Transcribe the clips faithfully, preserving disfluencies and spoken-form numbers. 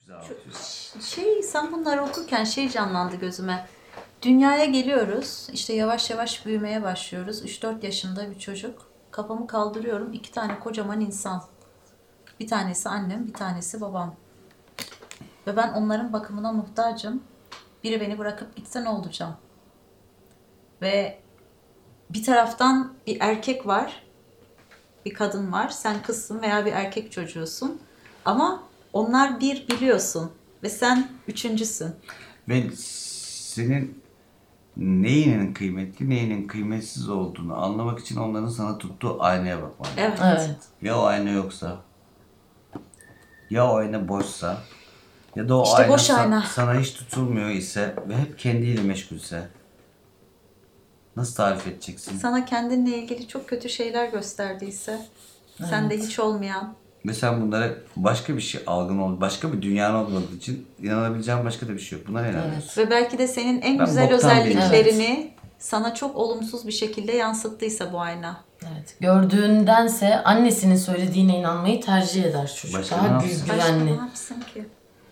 güzel anlatıyorsun. Şey, sen bunları okurken şey canlandı gözüme. Dünyaya geliyoruz. İşte yavaş yavaş büyümeye başlıyoruz. üç dört yaşında bir çocuk. Kafamı kaldırıyorum. iki tane kocaman insan. Bir tanesi annem, bir tanesi babam. Ve ben onların bakımına muhtacım. Biri beni bırakıp gitse ne olacağım? Ve bir taraftan bir erkek var. Bir kadın var. Sen kızsın veya bir erkek çocuğusun. Ama onlar bir biliyorsun. Ve sen üçüncüsün. Ve senin neyinin kıymetli, neyinin kıymetsiz olduğunu anlamak için onların sana tuttuğu aynaya bakman. Evet. Evet. Ya o ayna yoksa, ya o ayna boşsa, ya da o İşte ayna, boş sa- ayna. sana hiç tutulmuyor ise ve hep kendiyle meşgulse nasıl tarif edeceksin? Sana kendinle ilgili çok kötü şeyler gösterdiyse, sende hiç olmayan. Ve sen bunlara başka bir şey algın ol, başka bir dünyanın olmadığı için inanabileceğin başka da bir şey yok. Buna ne inanıyorsun? Ve belki de senin en Ben güzel boktan özelliklerini sana çok olumsuz bir şekilde yansıttıysa bu ayna. Evet. Gördüğündense annesinin söylediğine inanmayı tercih eder çocuk. Başka ne Daha yapsın? gü- Başka güvenli. ne yapsın ki?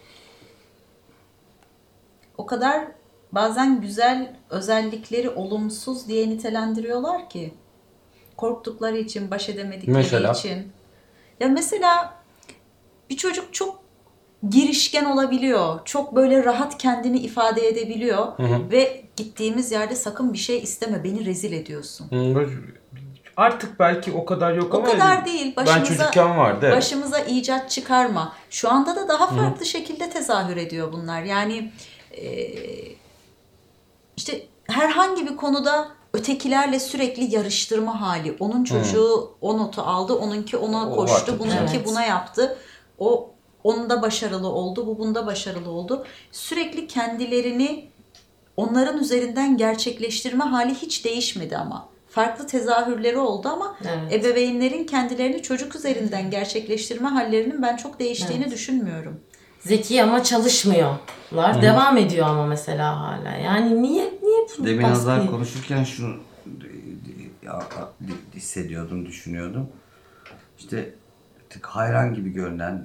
O kadar bazen güzel özellikleri olumsuz diye nitelendiriyorlar ki. Korktukları için, baş edemedikleri Mesela? için. Ya mesela bir çocuk çok girişken olabiliyor. Çok böyle rahat kendini ifade edebiliyor. Hı hı. Ve gittiğimiz yerde sakın bir şey isteme, beni rezil ediyorsun. Hı, Artık belki o kadar yok O ama kadar değil. ben Başımıza, çocukken vardı. Evet. başımıza icat çıkarma. Şu anda da daha farklı şekilde tezahür ediyor bunlar. Yani e, işte herhangi bir konuda ötekilerle sürekli yarıştırma hali. Onun çocuğu o notu aldı, onunki ona O koştu, var. bununki Evet. buna yaptı. O onda başarılı oldu, bu bunda başarılı oldu. Sürekli kendilerini onların üzerinden gerçekleştirme hali hiç değişmedi ama. Farklı tezahürleri oldu ama Evet. ebeveynlerin kendilerini çocuk üzerinden gerçekleştirme hallerinin ben çok değiştiğini Evet. düşünmüyorum. Zeki ama çalışmıyorlar. Devam ediyor ama mesela hala. Yani niye niye bu Demin Hazar baskıyı? konuşurken şunu ya, hissediyordum, düşünüyordum. İşte tık hayran gibi görünen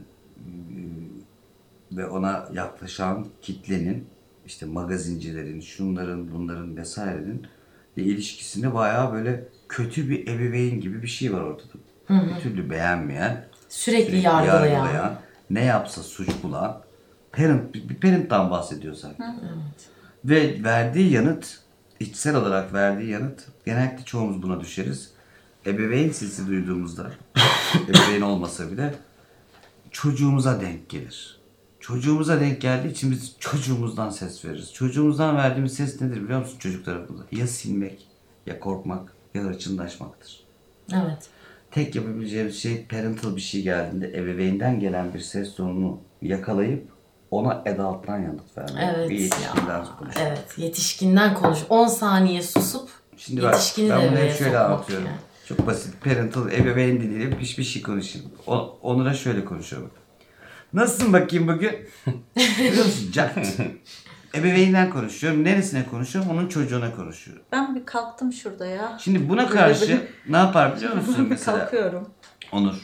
ve ona yaklaşan kitlenin, işte magazincilerin, şunların, bunların vesairenin ilişkisinde bayağı böyle kötü bir ebeveyn gibi bir şey var ortada. Bir türlü beğenmeyen, Sürekli, sürekli yargılayan. yargılayan, ne yapsa suç bulan, parent, bir parent'tan bahsediyor sanki. Ve verdiği yanıt, içsel olarak verdiği yanıt, genellikle çoğumuz buna düşeriz. Ebeveyn sesi duyduğumuzda, ebeveyn olmasa bile çocuğumuza denk gelir. Çocuğumuza denk geldiği için biz çocuğumuzdan ses veririz. Çocuğumuzdan verdiğimiz ses nedir biliyor musun çocuk tarafında? Ya silmek, ya korkmak, ya hırçınlaşmaktır. Evet. Tek yapabileceğimiz şey parental bir şey geldiğinde ebeveynden gelen bir ses tonunu yakalayıp ona adult'tan yanıt vermek. Evet Bir yetişkinden ya. konuşmak. Evet. Yetişkinden konuş. on saniye susup Şimdi bak, yetişkini ben bunu devreye hep şöyle sokmak anlatıyorum. yani. Çok basit. Parental, ebeveyn diliyle hiçbir şey konuşayım. O, Onur'a şöyle konuşuyorum. Nasılsın bakayım bugün? Biliyor musun? Cakt. Ebeveynden konuşuyorum. Neresine konuşuyorum? Onun çocuğuna konuşuyorum. Ben bir kalktım şurada ya. Şimdi buna karşı ne yapar biliyor musun Bir mesela? kalkıyorum. Onur.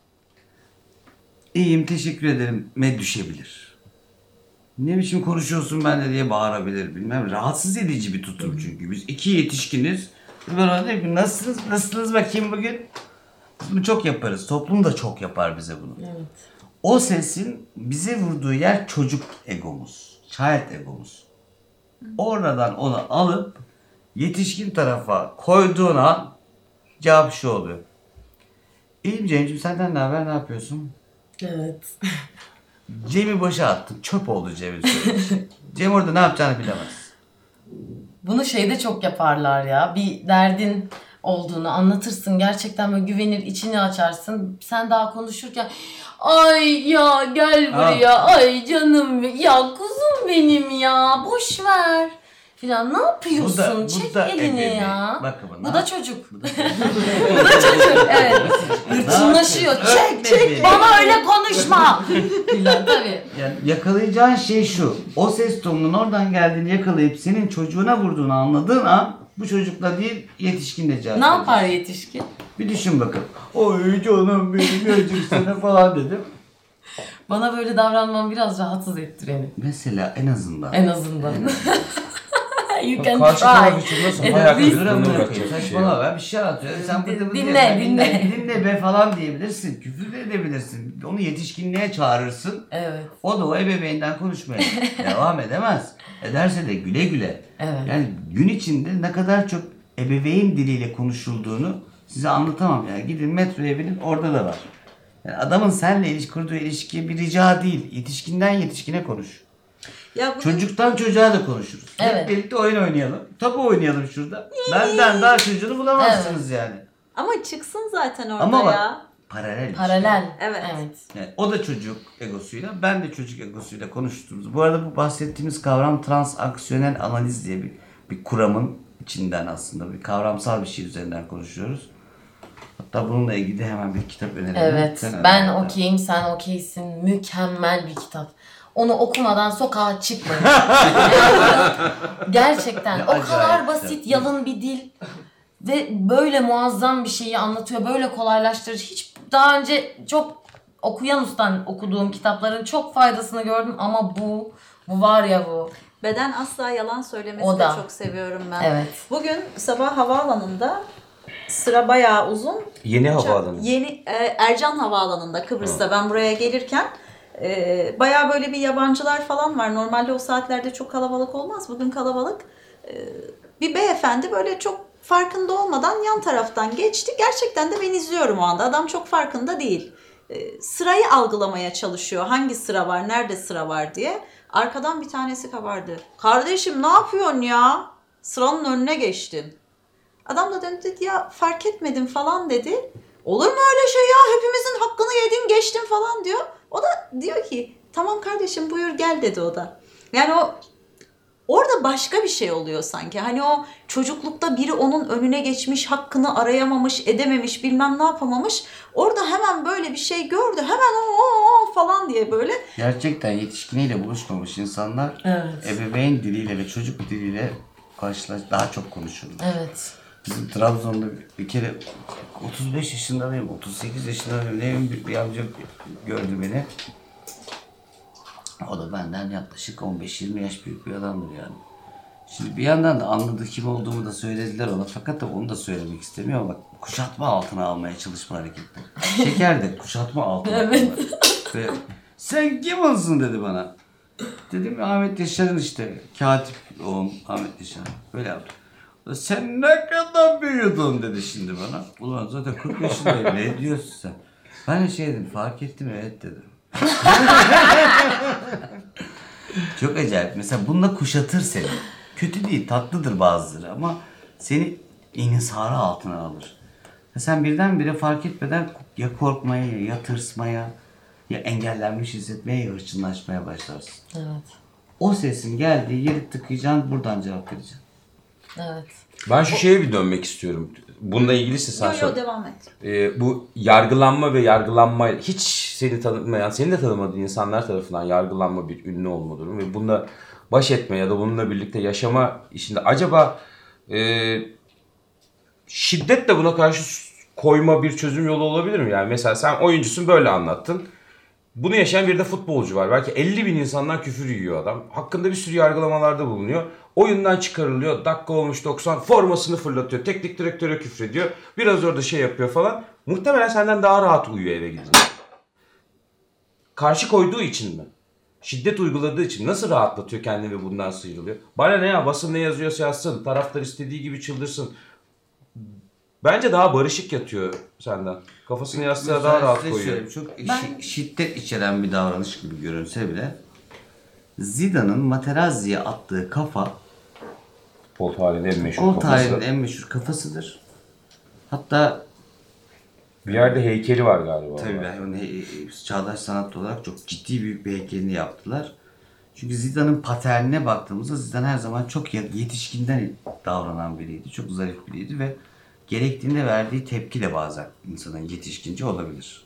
İyiyim, teşekkür ederim. Me düşebilir. Ne biçim konuşuyorsun benimle diye bağırabilir bilmem. Rahatsız edici bir tutum çünkü. Biz iki yetişkiniz. Ben ona derim ki nasılsınız, nasılsınız bakayım bugün? Biz bunu çok yaparız. Toplum da çok yapar bize bunu. Evet. O sesin bize vurduğu yer çocuk egomuz. Child egomuz. Oradan onu alıp yetişkin tarafa koyduğun an cevap şu oluyor. İyiyim Cem'ciğim, senden ne haber, ne yapıyorsun? Evet. Cem'i boşa attın. Çöp oldu Cem'in söylediği. Cem orada ne yapacağını bilemez. Bunu şeyde çok yaparlar ya. Bir derdin olduğunu anlatırsın. Gerçekten böyle güvenir, içini açarsın. Sen daha konuşurken ay ya gel buraya. Ay canım ya kuzum benim ya. Boş ver. Filan ne yapıyorsun? Bu da- bu Çek da elini ebeveyn. ya. Bak ama bu ne da yap- çocuk. bu da çocuk. Evet. Hırçınlaşıyor. Çek çek bana öyle konuşma. Filan tabii. Yani yakalayacağın şey şu. O ses tonunun oradan geldiğini yakalayıp senin çocuğuna vurduğunu anladığın an bu çocukla değil yetişkinle cevap Ne yapar vereceksin. yetişkin? Bir düşün bakalım. Oy canım benim yazık sana falan dedim. Bana böyle davranman biraz rahatsız etti beni. Mesela en azından. En azından. You can Karşı try. taraf için nasıl hayal Biz- kırıklığına Dur uğratacak bir şey. saçmalama ben bir şey anlatıyorum. Sen bıdı bıdı Dinle, yapma, dinle. dinle be falan diyebilirsin. Küfür de edebilirsin. Onu yetişkinliğe çağırırsın. Evet. O da o ebeveynden konuşmaya devam edemez. Ederse de güle güle. Evet. Yani gün içinde ne kadar çok ebeveyn diliyle konuşulduğunu size anlatamam. Yani gidin metroya binin orada da var. Yani adamın seninle ilişki kurduğu ilişki bir rica değil. Yetişkinden yetişkine konuş. Ya bugün Çocuktan çocuğa da konuşuruz. Evet. Hep birlikte oyun oynayalım. Tabu oynayalım şurada. Benden daha çocuğunu bulamazsınız yani. ama çıksın zaten orada Ama bak ya. paralel ilişki. Paralel. Evet. Evet. Yani o da çocuk egosuyla, ben de çocuk egosuyla konuştuğumuz. Bu arada bu bahsettiğimiz kavram transaksiyonel analiz diye bir, bir kuramın içinden aslında bir kavramsal bir şey üzerinden konuşuyoruz. Hatta bununla ilgili hemen bir kitap önerelim. Evet. Sen Ben öner. okeyim, sen okeysin. Mükemmel bir kitap. Onu okumadan sokağa çıkmayın. Yani gerçekten Ne o kadar acayip basit, kitap. yalın bir dil ve böyle muazzam bir şeyi anlatıyor. Böyle kolaylaştırıcı. Hiç daha önce çok Okuyanus'tan okuduğum kitapların çok faydasını gördüm ama bu bu var ya bu. Beden asla yalan söylemesi O de da. çok seviyorum ben. Evet. Bugün sabah havaalanında sıra bayağı uzun. Yeni havaalanı. Yeni e, Ercan Havaalanı'nda Kıbrıs'ta ben buraya gelirken e, bayağı böyle bir yabancılar falan var. Normalde o saatlerde çok kalabalık olmaz. Bugün kalabalık. E, bir beyefendi böyle çok farkında olmadan yan taraftan geçti. Gerçekten de ben izliyorum o anda. Adam çok farkında değil. E, sırayı algılamaya çalışıyor. Hangi sıra var, nerede sıra var diye. Arkadan bir tanesi kabardı. Kardeşim ne yapıyorsun ya? Sıranın önüne geçtin. Adam da döndü dedi ya fark etmedim falan dedi. Olur mu öyle şey ya, hepimizin hakkını yedin geçtin falan diyor. O da diyor ki tamam kardeşim buyur gel dedi o da. Yani o orada başka bir şey oluyor sanki. Hani o çocuklukta biri onun önüne geçmiş, hakkını arayamamış, edememiş, bilmem ne yapamamış. Orada hemen böyle bir şey gördü. Hemen o, o, o falan diye böyle. Gerçekten yetişkiniyle buluşmamış insanlar Evet. ebeveyn diliyle ve çocuk diliyle karşılaş daha çok konuşurlar. Evet. Bizim Trabzon'da bir kere otuz beş yaşında mıyım, otuz sekiz yaşında mıyım, neyim bir, bir amca gördü beni. O da benden yaklaşık on beş yirmi yaş büyük bir adamdır yani. Şimdi bir yandan da anladı kim olduğumu da söylediler ona. Fakat tabii onu da söylemek istemiyor ama bak kuşatma altına almaya çalışma hareketleri. Şeker de kuşatma altına Evet. alma. Ve sen kim olsun dedi bana. Dedim Ahmet Yaşar'ın işte katip oğlum Ahmet Yaşar. Böyle yaptı. Sen ne kadar büyüdün dedi şimdi bana. Ulan zaten kırk yaşındayım ne diyorsun sen? Ben de şey dedim fark ettim evet dedim. Çok acayip. Mesela bununla kuşatır seni. Kötü değil, tatlıdır bazıları ama seni inhisara altına alır. Ve sen birdenbire fark etmeden ya korkmaya ya tırsmaya ya engellenmiş hissetmeye ya hırçınlaşmaya başlarsın. Evet. O sesin geldiği yeri tıkayacaksın, buradan cevap vereceksin. Evet. Ben şu şeye bir dönmek istiyorum. Bununla ilgiliyse sen Yo yo söyle. devam et. Ee, bu yargılanma ve yargılanma hiç seni tanımayan, seni de tanımadığın insanlar tarafından yargılanma bir ünlü olma durumu ve bununla baş etme ya da bununla birlikte yaşama işinde acaba e, şiddetle buna karşı koyma bir çözüm yolu olabilir mi? Yani mesela sen oyuncusun böyle anlattın. Bunu yaşayan bir de futbolcu var. Belki elli bin insandan küfür yiyor adam. Hakkında bir sürü yargılamalarda bulunuyor. Oyundan çıkarılıyor. Dakika olmuş doksan. Formasını fırlatıyor. Teknik direktöre küfrediyor. Biraz orada şey yapıyor falan. Muhtemelen senden daha rahat uyuyor eve gidince. Karşı koyduğu için mi? Şiddet uyguladığı için nasıl rahatlatıyor kendini ve bundan sıyrılıyor? Bana ne ya, basın ne yazıyorsa yazsın. Taraftar istediği gibi çıldırsın. Bence daha barışık yatıyor senden. Kafasını yastığa daha rahat Size koyuyor. söyleyeyim, çok Ben- şi- şiddet içeren bir davranış gibi görünse bile Zidane'ın Materazzi'ye attığı kafa Futbol tarihinin en meşhur o kafası. tarihin en meşhur kafasıdır. Hatta Bir yerde heykeli var galiba. tabii ben onu he- çağdaş sanat olarak çok ciddi büyük bir heykelini yaptılar. Çünkü Zidane'ın paternine baktığımızda Zidane her zaman çok yetişkinden davranan biriydi. Çok zarif biriydi ve gerektiğinde verdiği tepki de bazen insanın yetişkince olabilir.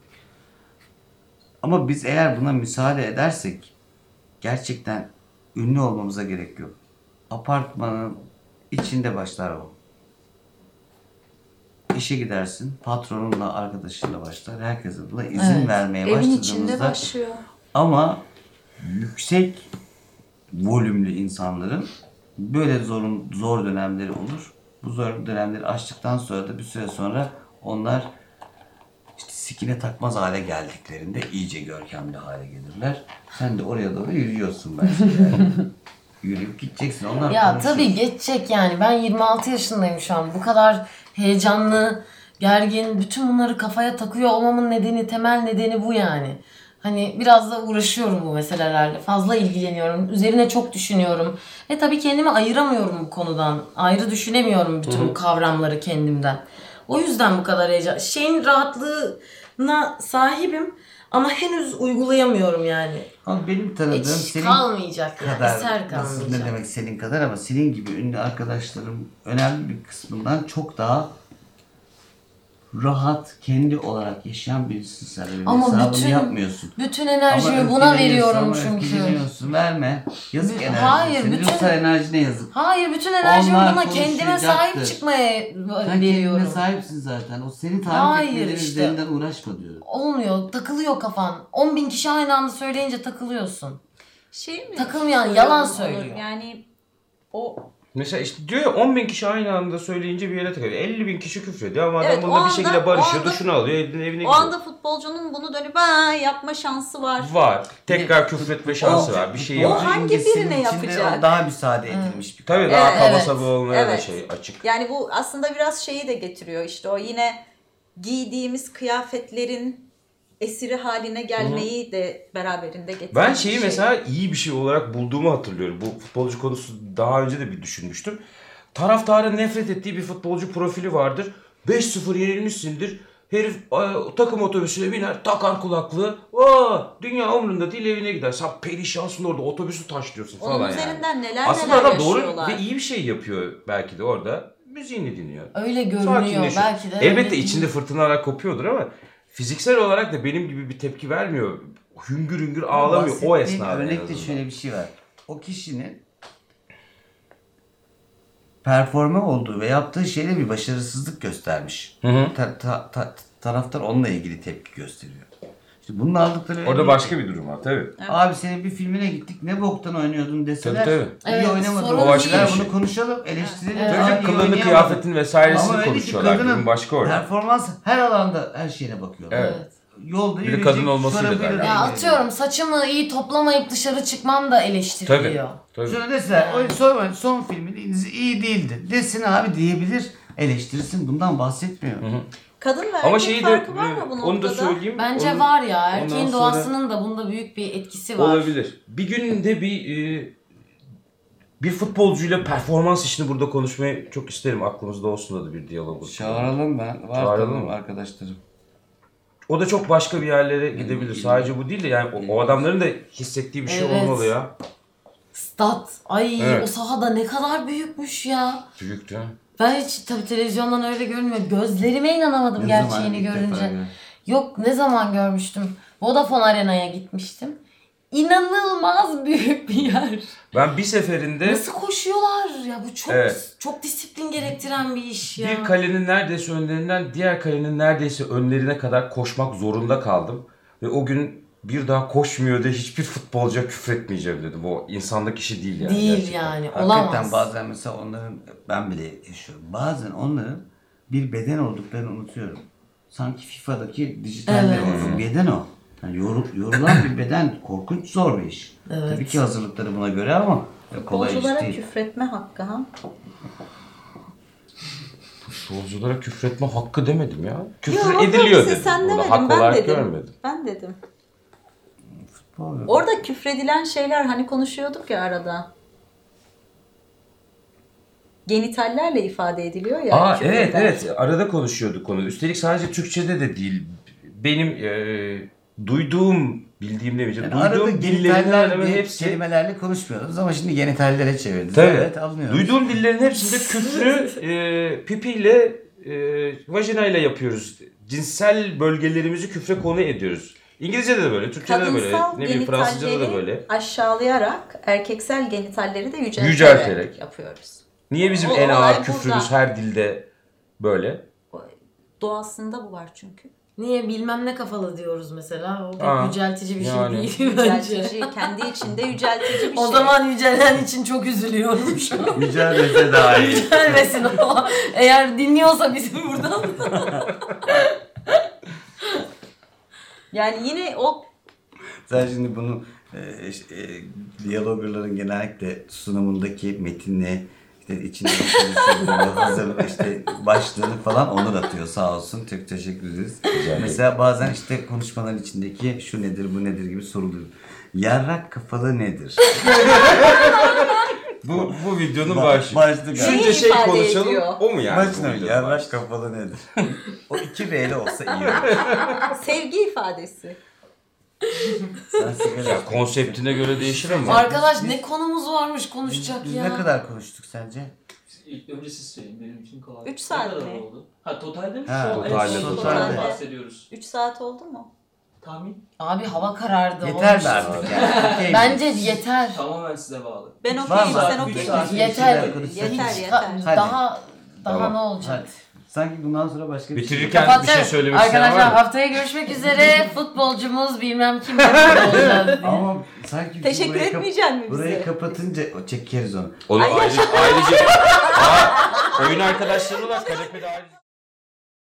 Ama biz eğer buna müsaade edersek gerçekten ünlü olmamıza gerek yok. Apartmanın içinde başlar o. işe gidersin. Patronunla, arkadaşınla başlar. Herkese buna izin Evet. vermeye Evin içinde başladığımızda başlıyor. ama yüksek volümlü insanların böyle zorun zor dönemleri olur. Bu zor dönemleri aştıktan sonra da bir süre sonra onlar işte sikine takmaz hale geldiklerinde iyice görkemli hale gelirler. Sen de oraya doğru yürüyorsun bence yani. Yürüyüp gideceksin. Onlar Ya konuşur. tabii geçecek yani. Ben yirmi altı yaşındayım şu an. Bu kadar heyecanlı, gergin, bütün bunları kafaya takıyor olmamın nedeni, temel nedeni bu yani. Hani biraz da uğraşıyorum bu meselelerle. Fazla ilgileniyorum. Üzerine çok düşünüyorum. Ve tabii kendimi ayıramıyorum bu konudan. Ayrı düşünemiyorum bütün bu kavramları kendimden. O yüzden bu kadar heyecan. Şeyin rahatlığına sahibim ama henüz uygulayamıyorum yani. Ama benim tanıdığım Hiç senin kalmayacak yani. kadar, Eser nasıl, kalmayacak. ne demek senin kadar ama senin gibi ünlü arkadaşlarım önemli bir kısmından çok daha rahat, kendi olarak yaşayan birisin sen. Öyle Ama hesabını bütün- yapmıyorsun. Bütün enerjimi Ama buna öfkeleniyorsun, veriyorum ama çünkü. öfkeleniyorsun, verme. Yazık Hayır, enerji. hayır, Senin bütün- yoksa enerjine yazık. Hayır, bütün enerjimi Onlar buna kendime konuşacaktır. sahip çıkmaya Sen kendine veriyorum. sahipsin zaten. O seni tarif Hayır etmelerin işte. üzerinden uğraşma diyorum. Olmuyor, takılıyor kafan. on bin kişi aynı anda söyleyince takılıyorsun. Şey mi? Takılmayan, söylüyorum yalan Onur? söylüyor. Yani o Mesela işte diyor ya on bin kişi aynı anda söyleyince bir yere takılıyor. elli bin kişi küfrediyor ama Evet, adam o bununla bir anda- şekilde o barışıyor, anda- duşunu alıyor, evine, evine o gidiyor. anda futbolcunun bunu dönüp ha yapma şansı var. Var. Tekrar küfretme şansı var. Bir şey O yapacak. hangi İngilizcenin birine içinde yapacak? o daha müsaade edilmiş bir Tabii kavram. daha Evet, kaba evet. saba olmaya da Evet. şey açık. Yani bu aslında biraz şeyi de getiriyor işte o yine giydiğimiz kıyafetlerin esiri haline gelmeyi de beraberinde getiriyor. Ben şeyi mesela iyi bir şey olarak bulduğumu hatırlıyorum. Bu futbolcu konusu daha önce de bir düşünmüştüm. Taraftarın nefret ettiği bir futbolcu profili vardır. beş sıfır yenilmişsindir. Herif e, takım otobüsüne biner, takar kulaklığı. Aa, dünya umrunda değil, evine gider. Sen perişansın orada, otobüsü taşlıyorsun falan Onun yani. üzerinden neler Aslında neler adam doğru yaşıyorlar. ve iyi bir şey yapıyor belki de orada. Müziğini dinliyor. Öyle görünüyor Sakinleşiyor. belki de. Elbette öyle içinde değil. fırtınalar kopuyordur ama fiziksel olarak da benim gibi bir tepki vermiyor. Hüngür hüngür ağlamıyor o Bahsettiğin esnada. en örnekte azından. şöyle bir şey var. O kişinin performe olduğu ve yaptığı şeyde bir başarısızlık göstermiş. Hı hı. Ta- ta- ta- taraftar onunla ilgili tepki gösteriyor. İşte bunun aldıkları öyle Orada değil başka ki. bir durum var tabii. Abi senin bir filmine gittik ne boktan oynuyordun deseler. Tabii, İyi Evet, oynamadın. sorun O başka değil. bir şey. Bunu konuşalım, eleştirelim. Evet. Aa, Tabii iyi canım, kılığını, oynayamadın. kıyafetin vesairesini Ama öyle ki konuşuyorlar. kadının Durum başka orada. performans her alanda her şeyine bakıyorlar. Evet. Yolda Bir de yürüyecek, kadın olmasıyla çorabıyla da da Ya ilgileniyor. atıyorum saçımı iyi toplamayıp dışarı çıkmam da Tabii. eleştiriliyor. Tabii. Sonra deseler o son, son filmin iyi değildi. Desin abi diyebilir. Eleştirsin bundan bahsetmiyor. Kadın ve Ama erkek şeyi de farkı var mı bu onu da noktada? söyleyeyim. Bence Onu- var ya. ondan Erkeğin sonra- doğasının da bunda büyük bir etkisi var. Olabilir. Bir günde bir e, bir futbolcuyla performans işini burada konuşmayı çok isterim. Aklımızda olsun da bir diyalog. Çağıralım ben. Var Çağıralım tabii mı? arkadaşlarım. O da çok başka bir yerlere gidebilir. Sadece bu değil de yani o, o adamların da hissettiği bir şey Evet. olmalı ya. Stat. Ay Evet. o sahada ne kadar büyükmüş ya. Büyüktü. Ben hiç tabii televizyondan öyle görmüyorum. Gözlerime inanamadım Ne zaman gerçeğini ilk defa görünce. gördün? Yok ne zaman görmüştüm. Vodafone Arena'ya gitmiştim. İnanılmaz büyük bir yer. Ben bir seferinde Nasıl koşuyorlar ya bu çok Evet. çok disiplin gerektiren bir iş ya. bir kalenin neredeyse önlerinden diğer kalenin neredeyse önlerine kadar koşmak zorunda kaldım. Ve o gün bir daha koşmuyor diye hiçbir futbolcuya küfretmeyeceğim dedim. O insanlık işi değil yani. Değil gerçekten. yani Hakikaten olamaz. bazen mesela onların ben bile yaşıyorum. Bazen onların bir beden olduklarını unutuyorum. Sanki FIFA'daki dijitaller Evet. olsun. Beden o. Yani yoru- yorulan bir beden korkunç zor bir iş. Evet. Tabii ki hazırlıkları buna göre ama kolay iş Futbolculara değil. küfretme hakkı ha. Futbolculara küfretme hakkı demedim ya. Küfür Yok, ediliyor siz dedim. Sen Burada demedin, hak ben olarak dedim. görmedim. Ben dedim. Futbol- Orada küfredilen şeyler hani konuşuyorduk ya arada. Genitallerle ifade ediliyor ya. Aa küfürler. evet evet arada konuşuyorduk konu. Üstelik sadece Türkçe'de de değil. Benim e, duyduğum, bildiğim demeyeceğim. Yani arada duyduğum dillerin hemen genitaller hemen diye hepsi. kelimelerle konuşmuyoruz ama şimdi genitallere çevirdik. Tabii. Evet anlıyoruz. Duyduğum dillerin hepsinde küfrü e, pipiyle, e, vajinayla yapıyoruz. Cinsel bölgelerimizi küfre konu ediyoruz. İngilizce'de de böyle, Türkçe'de de böyle, Kadınsal ne bileyim Fransızca'da da genitalleri böyle. aşağılayarak erkeksel genitalleri de yücelterek, Yücelterek. yapıyoruz. Niye bizim O en olay ağır burada. küfrümüz her dilde böyle? Doğasında bu var çünkü. Niye bilmem ne kafalı diyoruz mesela. O Ha, bir yüceltici bir yani. şey değil bence. Yüceltici, kendi içinde yüceltici bir O şey. zaman yücelen için çok üzülüyorum şu an. Yücelmese daha iyi. Yücelmesin o. Eğer dinliyorsa bizim buradan. Yani yine o Sen şimdi bunu e, işte, e, diyaloggerların genellikle sunumundaki metinle işte içinde hazır işte başlığını falan Onur atıyor sağ olsun. Çok teşekkür ederiz. Mesela bazen işte konuşmaların içindeki şu nedir bu nedir gibi soruluyor. Yarrak kafalı nedir? Bu bu videonun Ba- başlığı. başlığı Neyi galiba. Şunca şey ifade konuşalım. ediyor? O mu yani? Başına bu videonun yarrak başlığı? kafalı nedir? O iki R'li olsa iyi olur. sevgi ifadesi. Sen sigara Ya konseptine göre değişir ama. Arkadaş ne konumuz varmış konuşacak Biz ya. ne kadar konuştuk sence? İlk önce siz söyleyin benim için kolay. Üç saat Ne kadar mi? oldu? Ha totalde mi? Ha, Şu an en totalde, son totalde. totalde bahsediyoruz. üç saat oldu mu? Tahmin Abi hava karardı. Yeter olmuş. be artık yani. Okey. Bence yeter. tamamen size bağlı. Ben Var okeyim, mı? sen Üç okey saat. misin? Yeter. Yeter, Hiç- yeter. Hadi. Daha daha Tamam. ne olacak? Hadi. Sanki bundan sonra başka bir şey Bitirirken bir şey söylemek isteyen Arkadaşlar var mı? haftaya görüşmek üzere. Futbolcumuz bilmem kim olacağız diye. Ama sanki Teşekkür burayı kap- etmeyecek mi bize? Burayı kapatınca o çekeriz onu. Onu Ay, ayrıca, ayrıca Aa, oyun arkadaşları var kanepede ayrıca.